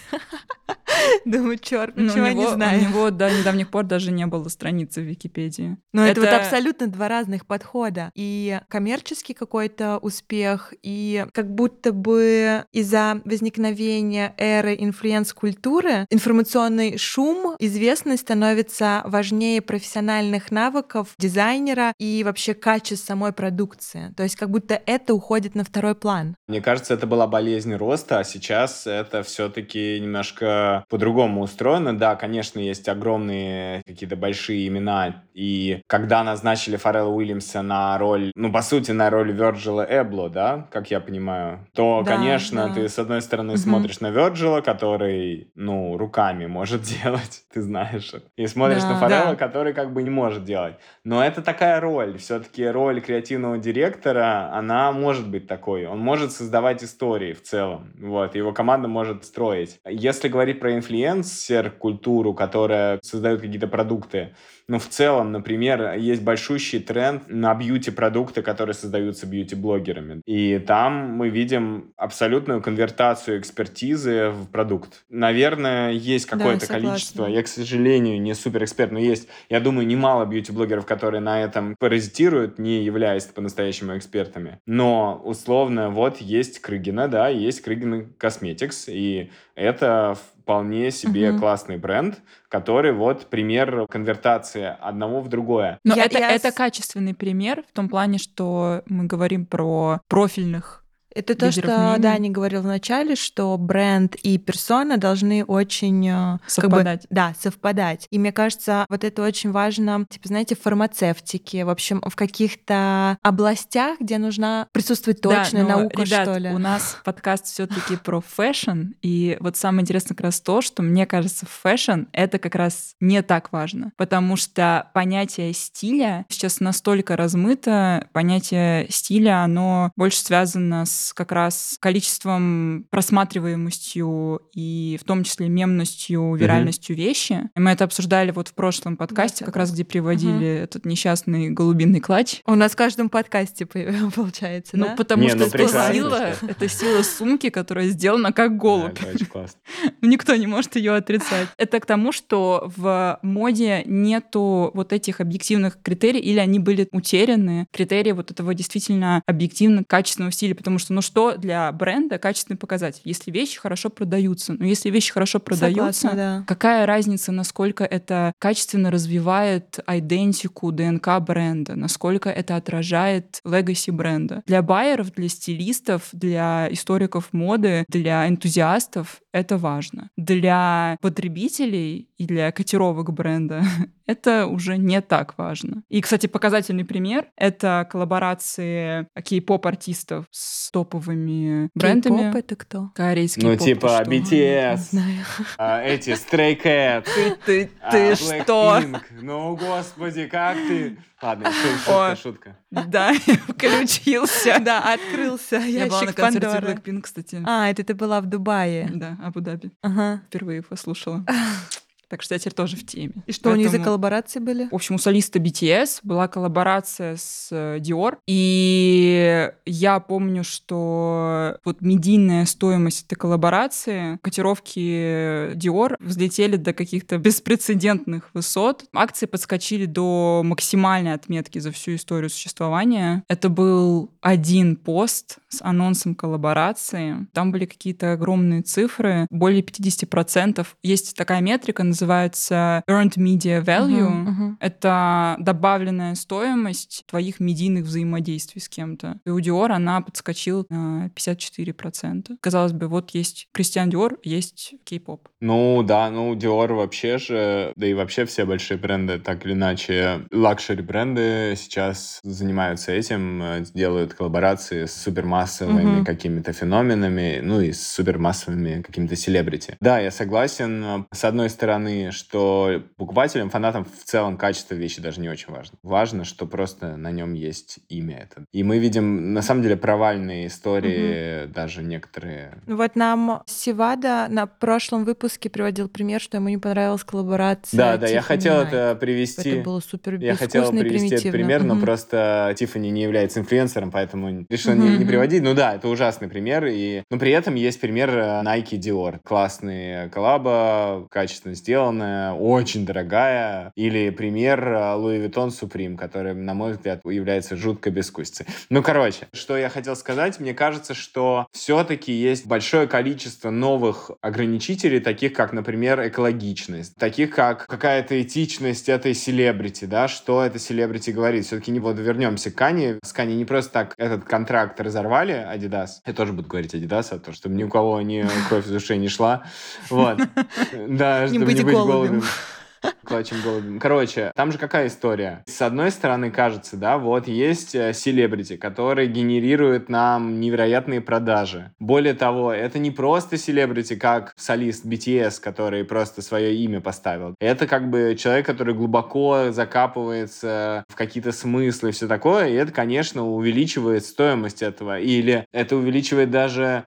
Думаю, черт, Ну, почему у я не него, у знаю. него до недавних пор даже не было страницы в Википедии. Но это вот Это- абсолютно два разных подхода. И коммерческий какой-то успех, и как будто бы из-за возникновения эры инфлюенс-культуры информационный шум, известность становится важнее профессиональных навыков дизайнера и вообще качества самой продукции. То есть как будто это уходит на второй план. Мне кажется, это была болезнь роста, а сейчас это все-таки немножко по-другому устроено. Да, конечно, есть огромные какие-то большие имена, и когда назначили Фаррелла Уильямса на роль, ну, по сути, на роль Вирджила Эбло, да, как я понимаю, то, Да, конечно, да. ты, с одной стороны, Мгм. смотришь на Вирджила, который, ну, руками может делать, ты знаешь, и смотришь Да. на Фаррелла, Да. который как бы не может делать. Но это такая роль. Все-таки роль креативного директора, она может быть такой. Он может создавать истории в целом. Вот. Его команда может строить. Если говорить про инфлюенсер-культуру, которая создает какие-то продукты, ну, в целом, например, есть большущий тренд на бьюти-продукты, которые создаются бьюти-блогерами. И там мы видим абсолютную конвертацию экспертизы в продукт. Наверное, есть Да, какое-то согласна. количество, я, к сожалению, не суперэксперт, но есть, я думаю, немало бьюти-блогеров, которые на этом паразитируют, не являясь по-настоящему экспертами. Но, условно, вот есть Крыгина, да, есть Крыгина Cosmetics, и это вполне себе Мгм. классный бренд, который вот пример конвертации одного в другое. Но Я- это, я это с- качественный пример в том плане, что мы говорим про профильных. Это то, Лидеров что мнений. Даня говорил в начале, что бренд и персона должны очень э, как бы, Совпадать. да, совпадать. И мне кажется, вот это очень важно, типа, знаете, в фармацевтике, в общем, в каких-то областях, где нужна присутствовать точная Да, но, наука, ребят, что ли. у нас подкаст все-таки про фэшн, и вот самое интересное как раз то, что мне кажется, фэшн — это как раз не так важно, потому что понятие стиля сейчас настолько размыто, понятие стиля, оно больше связано с как раз количеством, просматриваемостью и в том числе мемностью, виральностью вещи. И мы это обсуждали вот в прошлом подкасте, как раз где приводили этот несчастный голубиный клатч. У нас в каждом подкасте по- получается, Ну, да? потому Не, что ну, это прекрасно, сила, что- это сила сумки, которая сделана как голубь. Да, это очень классно. Никто не может ее отрицать. Это к тому, что в моде нету вот этих объективных критерий, или они были утеряны, критерии вот этого действительно объективно качественного стиля, потому что, ну что для бренда качественный показатель? Если вещи хорошо продаются. Но если вещи хорошо продаются, Согласна, да. какая разница, насколько это качественно развивает айдентику, ДНК бренда, насколько это отражает легаси бренда. Для байеров, для стилистов, для историков моды, для энтузиастов это важно. Для потребителей и для котировок бренда это уже не так важно. И, кстати, показательный пример — это коллаборации кей-поп-артистов с топовыми брендами. Кей-поп — это кто? Корейский Ну, поп, типа ты что? би ти Не эс, знаю. а, эти Stray Cats, Ты, ты, а, ты что? Blackpink. Ну, господи, как ты... Ладно, шу- шутка, Ой. шутка. Да, включился. Да, открылся Я была на ящик концерте Пандоры. Blackpink, кстати. А, это ты была в Дубае. Да, Абу-Даби. Ага. Впервые послушала. Так что я теперь тоже в теме. И что, у них за Поэтому- коллаборации были? В общем, у солиста би ти эс была коллаборация с э, Dior, и я помню, что вот медийная стоимость этой коллаборации, котировки Dior взлетели до каких-то беспрецедентных высот. Акции подскочили до максимальной отметки за всю историю существования. Это был один пост с анонсом коллаборации. Там были какие-то огромные цифры, более пятьдесят процентов. Есть такая метрика, называется Earned Media Value. Мгм, мгм. Это добавленная стоимость твоих медийных взаимодействий с кем-то. И у Dior она подскочила на пятьдесят четыре процента. Казалось бы, вот есть Кристиан Диор, есть кей-поп. Ну да, ну Dior вообще же, да и вообще все большие бренды, так или иначе, лакшери-бренды сейчас занимаются этим, э, делают коллаборации с супермассовыми Мгм. какими-то феноменами, ну и с супермассовыми какими-то селебрити. Да, я согласен. С одной стороны, стороны, что покупателям, фанатам в целом качество вещи даже не очень важно. Важно, что просто на нем есть имя это. И мы видим, на самом деле, провальные истории, угу. даже некоторые. Вот нам Сивада на прошлом выпуске приводил пример, что ему не понравилась коллаборация Да, да, Tiffany я хотел Nike. это привести. Это было супер Я хотел безвкусно и привести этот примитивно. пример, но Мгм. просто Тиффани не является инфлюенсером, поэтому решил Мгм, не, не мгм. приводить. Ну да, это ужасный пример. И... Но при этом есть пример э, Nike Dior. Классная коллаба, качественно сделанная, очень дорогая. Или пример э, Louis Vuitton Supreme, который, на мой взгляд, является жутко безвкусицей. Ну, короче, что я хотел сказать. Мне кажется, что все-таки есть большое количество новых ограничителей, таких как, например, экологичность, таких как какая-то этичность этой селебрити, да, что это селебрити говорит. Все-таки не вот вернемся к Кани. С Кани не просто так этот контракт разорвали, Adidas. Я тоже буду говорить Adidas, а то, чтобы ни у кого ни кровь из ушей не шла. Вот. Да, Не чтобы быть не быть голубем. голубем. Клачем голубем. Короче, там же какая история? С одной стороны, кажется, да, вот есть э, селебрити, который генерирует нам невероятные продажи. Более того, это не просто селебрити, как солист би ти эс, который просто свое имя поставил. Это как бы человек, который глубоко закапывается в какие-то смыслы и все такое, и это, конечно, увеличивает стоимость этого. Или это увеличивает даже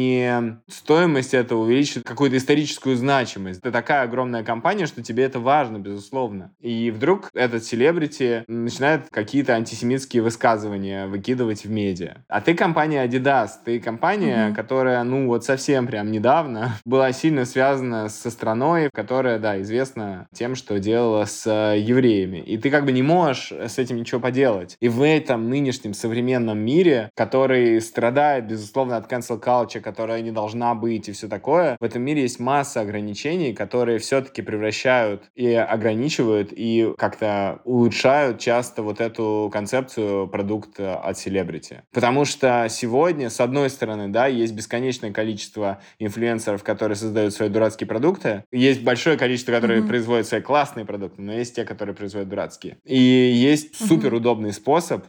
не стоимость этого, увеличивает какую-то историческую значимость. Это такая огромная компания, что тебе это важно, безусловно. И вдруг этот селебрити начинает какие-то антисемитские высказывания выкидывать в медиа. А ты компания Adidas, ты компания, Мгм. которая, ну, вот совсем прям недавно была сильно связана со страной, которая, да, известна тем, что делала с э, евреями. И ты как бы не можешь с этим ничего поделать. И в этом нынешнем современном мире, который страдает, безусловно, от cancel culture, которая не должна быть и все такое, в этом мире есть масса ограничений, которые все-таки превращают и ограничивают, и как-то улучшают часто вот эту концепцию продукта от селебрити. Потому что сегодня, с одной стороны, да, есть бесконечное количество инфлюенсеров, которые создают свои дурацкие продукты, есть большое количество, которые Мгм. производят свои классные продукты, но есть те, которые производят дурацкие. И есть Мгм. суперудобный способ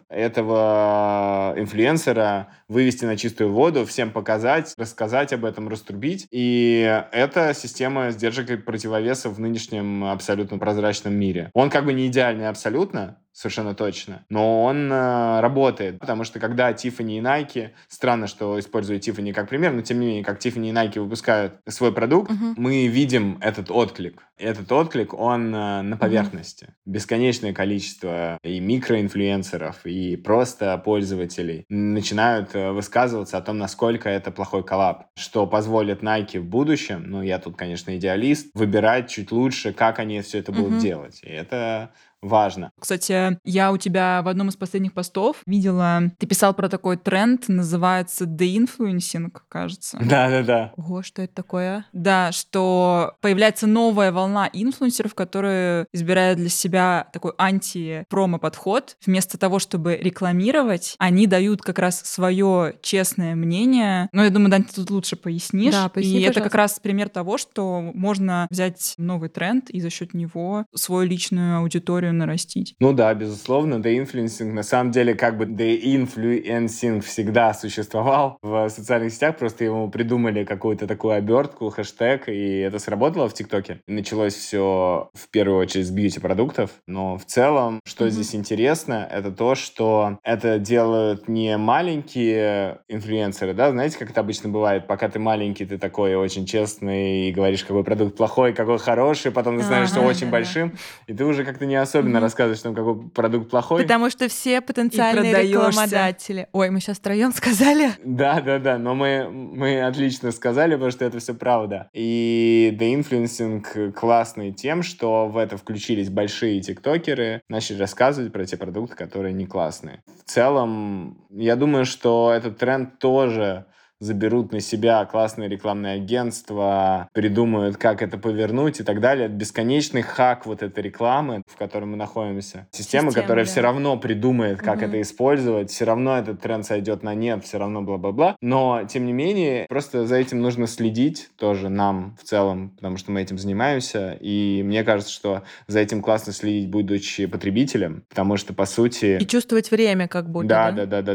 этого инфлюенсера вывести на чистую воду, всем показать, рассказать об этом, раструбить. И это система сдержек и противовесов в нынешнем абсолютно прозрачном мире. Он как бы не идеальный абсолютно, совершенно точно, но он э, работает, потому что когда Tiffany и Nike, странно, что используют Tiffany как пример, но тем не менее, как Tiffany и Nike выпускают свой продукт, Мгм. мы видим этот отклик. Этот отклик, он э, на поверхности. Бесконечное количество и микроинфлюенсеров, и просто пользователей начинают э, высказываться о том, насколько это плохой коллаб, что позволит Nike в будущем, ну, я тут, конечно, идеалист, выбирать чуть лучше, как они все это будут Мгм. делать. И это важно. Кстати, я у тебя в одном из последних постов видела, ты писал про такой тренд, называется de-influencing, кажется. Да-да-да. Ого, что это такое? Да, что появляется новая волна инфлюенсеров, которые избирают для себя такой анти-промо-подход. Вместо того, чтобы рекламировать, они дают как раз свое честное мнение. Но я думаю, Дань, ты тут лучше пояснишь. Да, поясни, И это как пожалуйста. раз пример того, что можно взять новый тренд и за счет него свою личную аудиторию нарастить. Ну да, безусловно, de-influencing, на самом деле, как бы de-influencing всегда существовал в социальных сетях, просто ему придумали какую-то такую обертку, хэштег, и это сработало в ТикТоке. Началось все в первую очередь с бьюти-продуктов, но в целом, что Мгм. здесь интересно, это то, что это делают не маленькие инфлюенсеры, да, знаете, как это обычно бывает, пока ты маленький, ты такой очень честный и говоришь, какой продукт плохой, какой хороший, потом ты становишься Ага, очень да-да. большим, и ты уже как-то не особенно Мгм. рассказываешь, там, какой продукт плохой. Потому что все потенциальные продаёшься. рекламодатели. Ой, мы сейчас втроем сказали. Да, да, да, но мы, мы отлично сказали, потому что это все правда. И The Influencing классный тем, что в это включились большие тиктокеры, начали рассказывать про те продукты, которые не классные. В целом, я думаю, что этот тренд тоже заберут на себя классные рекламные агентства, придумают, как это повернуть и так далее. Это бесконечный хак вот этой рекламы, в которой мы находимся. Система, Система, которая да. все равно придумает, как Мгм. это использовать, все равно этот тренд сойдет на нет, все равно бла-бла-бла. Но, тем не менее, просто за этим нужно следить тоже нам в целом, потому что мы этим занимаемся. И мне кажется, что за этим классно следить, будучи потребителем, потому что, по сути... И чувствовать время как будто, Да, да? да, да, да, да.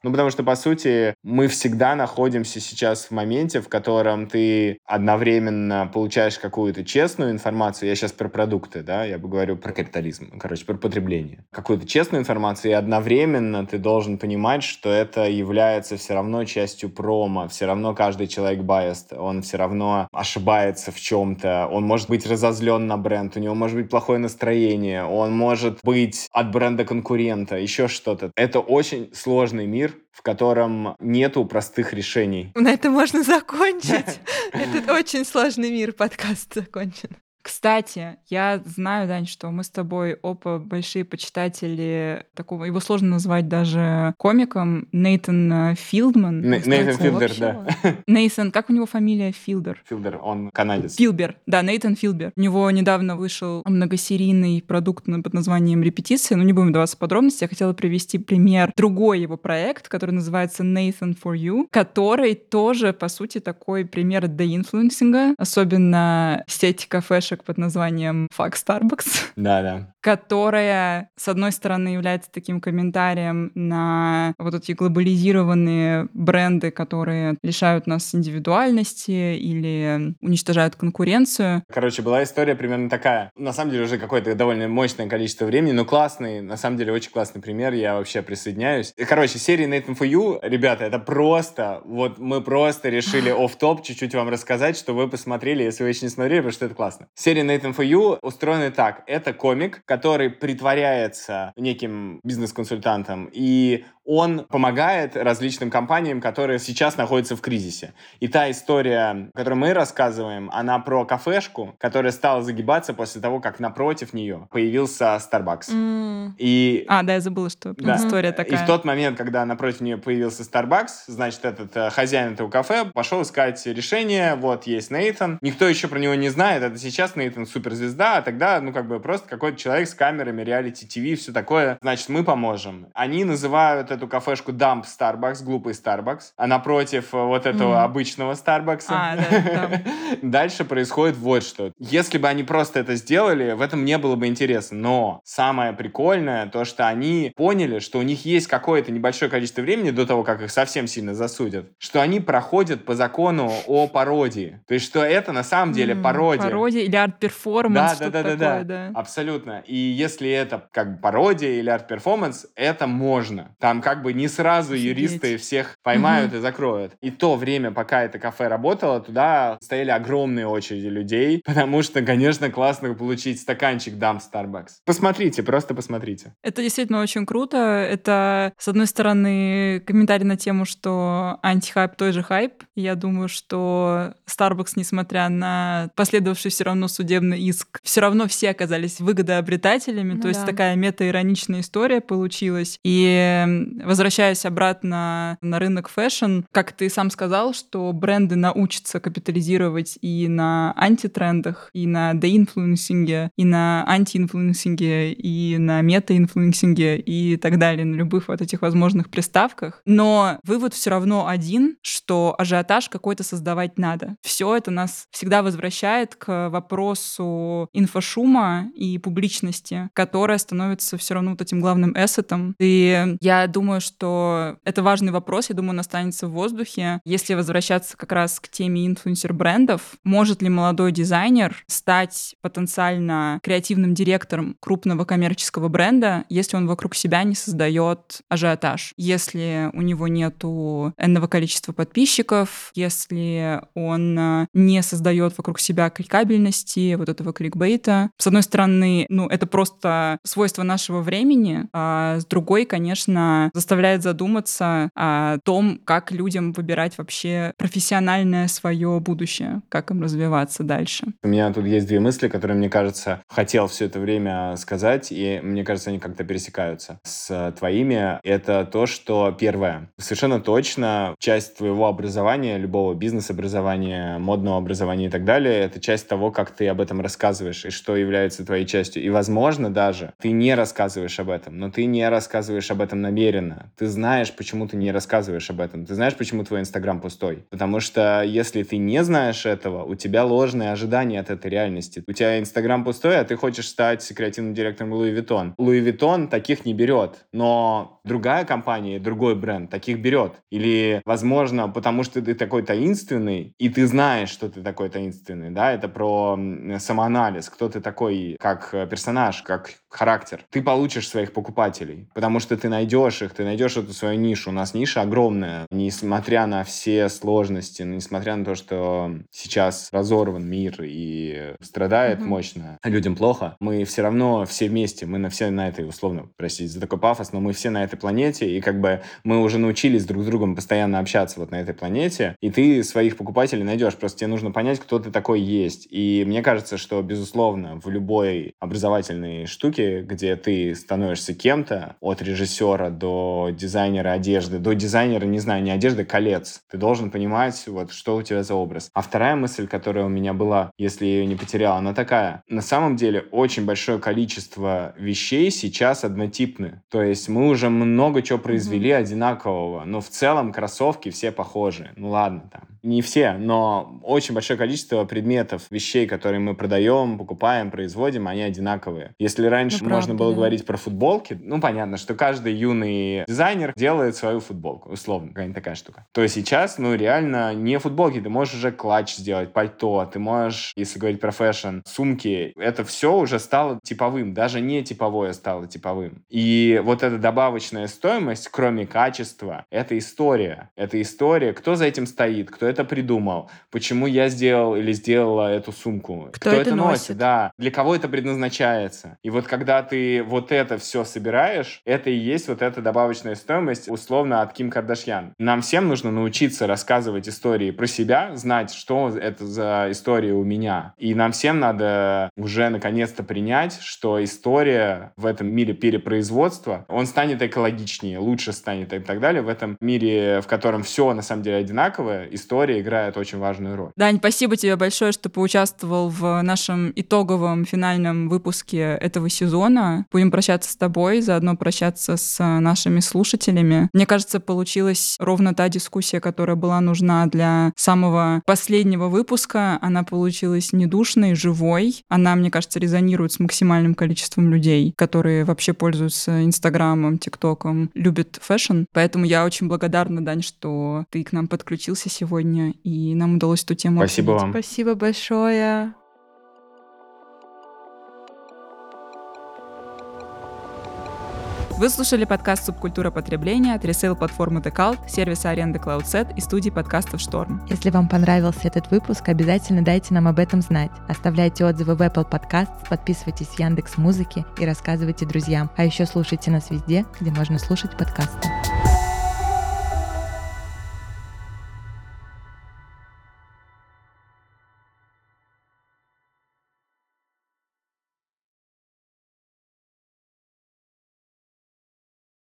Ну, потому что, по сути, мы всегда находимся сейчас в моменте, в котором ты одновременно получаешь какую-то честную информацию. Я сейчас про продукты, да, я бы говорю про капитализм, короче, про потребление. Какую-то честную информацию, и одновременно ты должен понимать, что это является все равно частью промо, все равно каждый человек biased, он все равно ошибается в чем-то, он может быть разозлен на бренд, у него может быть плохое настроение, он может быть от бренда конкурента, еще что-то. Это очень сложный мир, в котором нету простых решений. На этом можно закончить. Этот очень сложный мир, подкаст закончен. Кстати, я знаю, Дань, что мы с тобой оба большие почитатели такого, его сложно назвать даже комиком, Нейтан Филдман. Н- Нейтан Филдер, да. Нейтан, как у него фамилия? Филдер. Филдер, он канадец. Филбер, да, Нейтан Филбер. У него недавно вышел многосерийный продукт под названием «Репетиция», но не будем даваться в подробности. Я хотела привести пример другой его проект, который называется Nathan for You, который тоже, по сути, такой пример деинфлюенсинга, особенно сеть кафешек под названием Fuck Starbucks. Да-да. Которая, с одной стороны, является таким комментарием на вот эти глобализированные бренды, которые лишают нас индивидуальности или уничтожают конкуренцию. Короче, была история примерно такая. На самом деле уже какое-то довольно мощное количество времени, но классный, на самом деле очень классный пример, я вообще присоединяюсь. Короче, серия Nathan for You, ребята, это просто, вот мы просто решили офф-топ чуть-чуть вам рассказать, что вы посмотрели, если вы еще не смотрели, потому что это классно. Серия Nathan for You устроена так. Это комик, который притворяется неким бизнес-консультантом, и он помогает различным компаниям, которые сейчас находятся в кризисе. И та история, которую мы рассказываем, она про кафешку, которая стала загибаться после того, как напротив нее появился Starbucks. Mm. И... А, да, я забыла, что да. история такая. И в тот момент, когда напротив нее появился Starbucks, значит, этот э, хозяин этого кафе пошел искать решение. Вот есть Нейтан. Никто еще про него не знает. Это сейчас Нейтан суперзвезда, а тогда, ну, как бы просто какой-то человек с камерами, реалити-ТВ, все такое. Значит, мы поможем. Они называют эту кафешку Dump Starbucks, глупый Starbucks, а напротив вот этого mm. обычного Starbucks. А, да, да. Дальше происходит вот что. Если бы они просто это сделали, в этом не было бы интереса. Но самое прикольное, то, что они поняли, что у них есть какое-то небольшое количество времени до того, как их совсем сильно засудят, что они проходят по закону о пародии. То есть, что это на самом деле mm, пародия. Пародия или арт-перформанс, да, что-то да, да, такое, да, да. Абсолютно. И если это как бы пародия или арт-перформанс, это можно. Там как бы не сразу Офигеть. Юристы всех поймают угу. и закроют. И то время, пока это кафе работало, туда стояли огромные очереди людей, потому что, конечно, классно получить стаканчик Dump Starbucks. Посмотрите, просто посмотрите. Это действительно очень круто. Это, с одной стороны, комментарий на тему, что антихайп той же хайп. Я думаю, что Starbucks, несмотря на последовавший все равно судебный иск, все равно все оказались выгодообретателями. Ну, то да. есть такая мета-ироничная история получилась. И возвращаясь обратно на рынок фэшн, как ты сам сказал, что бренды научатся капитализировать и на антитрендах, и на деинфлюенсинге, и на антиинфлюенсинге, и на мета-инфлюенсинге, и так далее, на любых вот этих возможных приставках. Но вывод все равно один, что ажиотаж какой-то создавать надо. Все это нас всегда возвращает к вопросу инфошума и публичности, которая становится все равно вот этим главным эссетом. И я думаю, что это важный вопрос, я думаю, он останется в воздухе. Если возвращаться как раз к теме инфлюенсер-брендов, может ли молодой дизайнер стать потенциально креативным директором крупного коммерческого бренда, если он вокруг себя не создает ажиотаж, если у него нету энного количества подписчиков, если он не создает вокруг себя кликабельности, вот этого кликбейта. С одной стороны, ну, это просто свойство нашего времени, а с другой, конечно, заставляет задуматься о том, как людям выбирать вообще профессиональное свое будущее, как им развиваться дальше. У меня тут есть две мысли, которые, мне кажется, хотел все это время сказать, и мне кажется, они как-то пересекаются с твоими. Это то, что, первое, совершенно точно часть твоего образования, любого бизнес-образования, модного образования и так далее, это часть того, как ты об этом рассказываешь и что является твоей частью. И, возможно, даже ты не рассказываешь об этом, но ты не рассказываешь об этом намеренно, уверенно. Ты знаешь, почему ты не рассказываешь об этом. Ты знаешь, почему твой Инстаграм пустой. Потому что если ты не знаешь этого, у тебя ложные ожидания от этой реальности. У тебя Инстаграм пустой, а ты хочешь стать креативным директором Луи Виттон. Луи Виттон таких не берет, но другая компания, другой бренд таких берет. Или, возможно, потому что ты такой таинственный, и ты знаешь, что ты такой таинственный, да, это про самоанализ, кто ты такой как персонаж, как характер. Ты получишь своих покупателей, потому что ты найдешь их, ты найдешь эту свою нишу. У нас ниша огромная, несмотря на все сложности, несмотря на то, что сейчас разорван мир и страдает mm-hmm. мощно, людям плохо, мы все равно все вместе, мы на все на этой, условно, простите за такой пафос, но мы все на этой планете, и как бы мы уже научились друг с другом постоянно общаться вот на этой планете, и ты своих покупателей найдешь, просто тебе нужно понять, кто ты такой есть. И мне кажется, что, безусловно, в любой образовательной штуке, где ты становишься кем-то, от режиссера до дизайнера одежды, до дизайнера, не знаю, не одежды, колец, ты должен понимать, вот, что у тебя за образ. А вторая мысль, которая у меня была, если я ее не потерял, она такая. На самом деле, очень большое количество вещей сейчас однотипны. То есть мы уже много чего произвели mm-hmm. одинакового, но в целом кроссовки все похожи. Ну ладно, там. Не все, но очень большое количество предметов, вещей, которые мы продаем, покупаем, производим, они одинаковые. Если раньше ну, можно правда, было да. говорить про футболки, ну, понятно, что каждый юный дизайнер делает свою футболку, условно, какая-нибудь такая штука. То сейчас, ну, реально не футболки, ты можешь уже клатч сделать, пальто, ты можешь, если говорить про фэшн, сумки, это все уже стало типовым, даже не типовое стало типовым. И вот эта добавочная стоимость, кроме качества, это история. Это история, кто за этим стоит, кто это придумал, почему я сделал или сделала эту сумку, кто, кто это, это носит, носит, да, для кого это предназначается. И вот когда ты вот это все собираешь, это и есть вот эта добавочная стоимость, условно, от Ким Кардашьян. Нам всем нужно научиться рассказывать истории про себя, знать, что это за история у меня. И нам всем надо уже наконец-то принять, что история в этом мире перепроизводства, он станет экологичнее, лучше станет и так далее. В этом мире, в котором все на самом деле одинаковое, история играет очень важную роль. Дань, спасибо тебе большое, что поучаствовал в нашем итоговом финальном выпуске этого сезона. Будем прощаться с тобой, заодно прощаться с нашими слушателями. Мне кажется, получилась ровно та дискуссия, которая была нужна для самого последнего выпуска. Она получилась недушной, живой. Она, мне кажется, резонирует с максимальным количеством людей, которые вообще пользуются Инстаграмом, ТикТоком, любят фэшн. Поэтому я очень благодарна, Дань, что ты к нам подключился сегодня, и нам удалось эту тему Спасибо обсудить. вам. Спасибо большое. Вы слушали подкаст «Субкультура потребления» от ресейл-платформы The Cult, сервиса аренды CloudSet и студии подкастов «Шторм». Если вам понравился этот выпуск, обязательно дайте нам об этом знать. Оставляйте отзывы в Apple Podcasts, подписывайтесь в Яндекс.Музыке и рассказывайте друзьям. А еще слушайте нас везде, где можно слушать подкасты.